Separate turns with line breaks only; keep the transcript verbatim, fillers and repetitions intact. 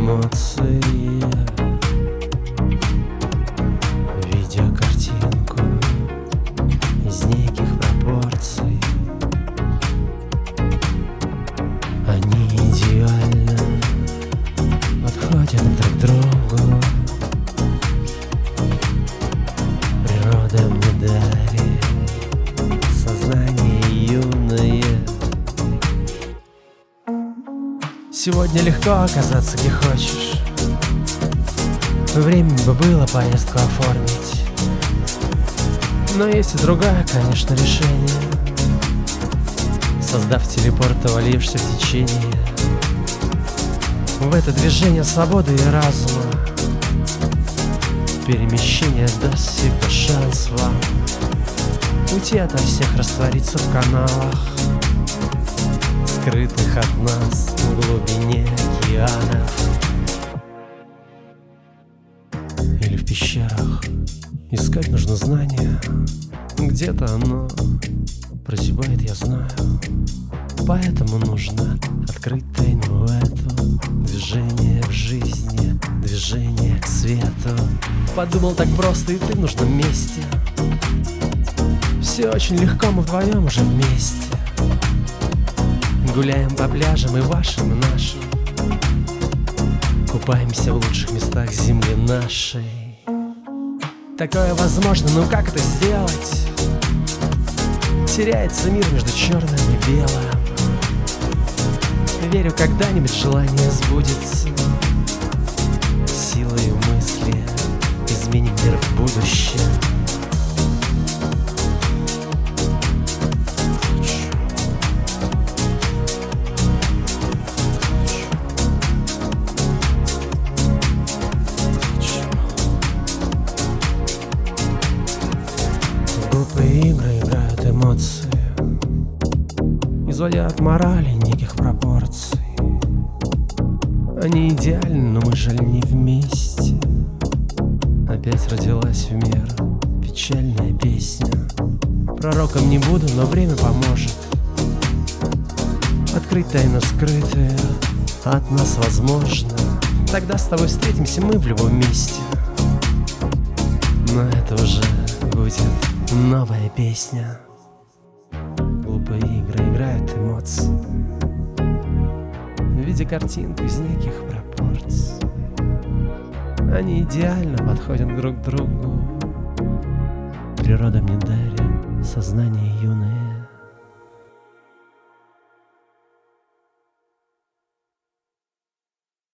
эмоции, видя картинку из неких пропорций. Они идеально подходят друг к другу. Природа мне дарит сознание юное. Сегодня легко оказаться где хочешь. Времени бы было поездку оформить, но есть и другое, конечно, решение. Создав телепорт, ты вольешься в течение, в это движение свободы и разума. Перемещение даст всегда шанс вам уйти ото всех, раствориться в каналах, скрытых от нас в глубине океанов. Или в пещерах искать нужно знание. Где-то оно прозябает, я знаю. Поэтому нужно открыть тайну эту. Движение в жизни, движение к свету. Подумал так просто, и ты в нужном месте. Все очень легко, мы вдвоем уже вместе. Гуляем по пляжам и вашим, и нашим. Купаемся в лучших местах земли нашей. Такое возможно, но как это сделать? Теряется мир между черным и белым. Верю, когда-нибудь желание сбудется. Силой мысли изменим мир в будущем. Глупые игры играют эмоции, изводя от морали неких пропорций. Они идеальны, но мы жаль не вместе. Опять родилась в мир печальная песня. Пророком не буду, но время поможет открыть тайну скрытую от нас возможно. Тогда с тобой встретимся мы в любом месте. Но это уже будет новая песня. Глупые игры играют эмоции в виде картинок из неких пропорций. Они идеально подходят друг к другу. Природа мне дарит сознание юное.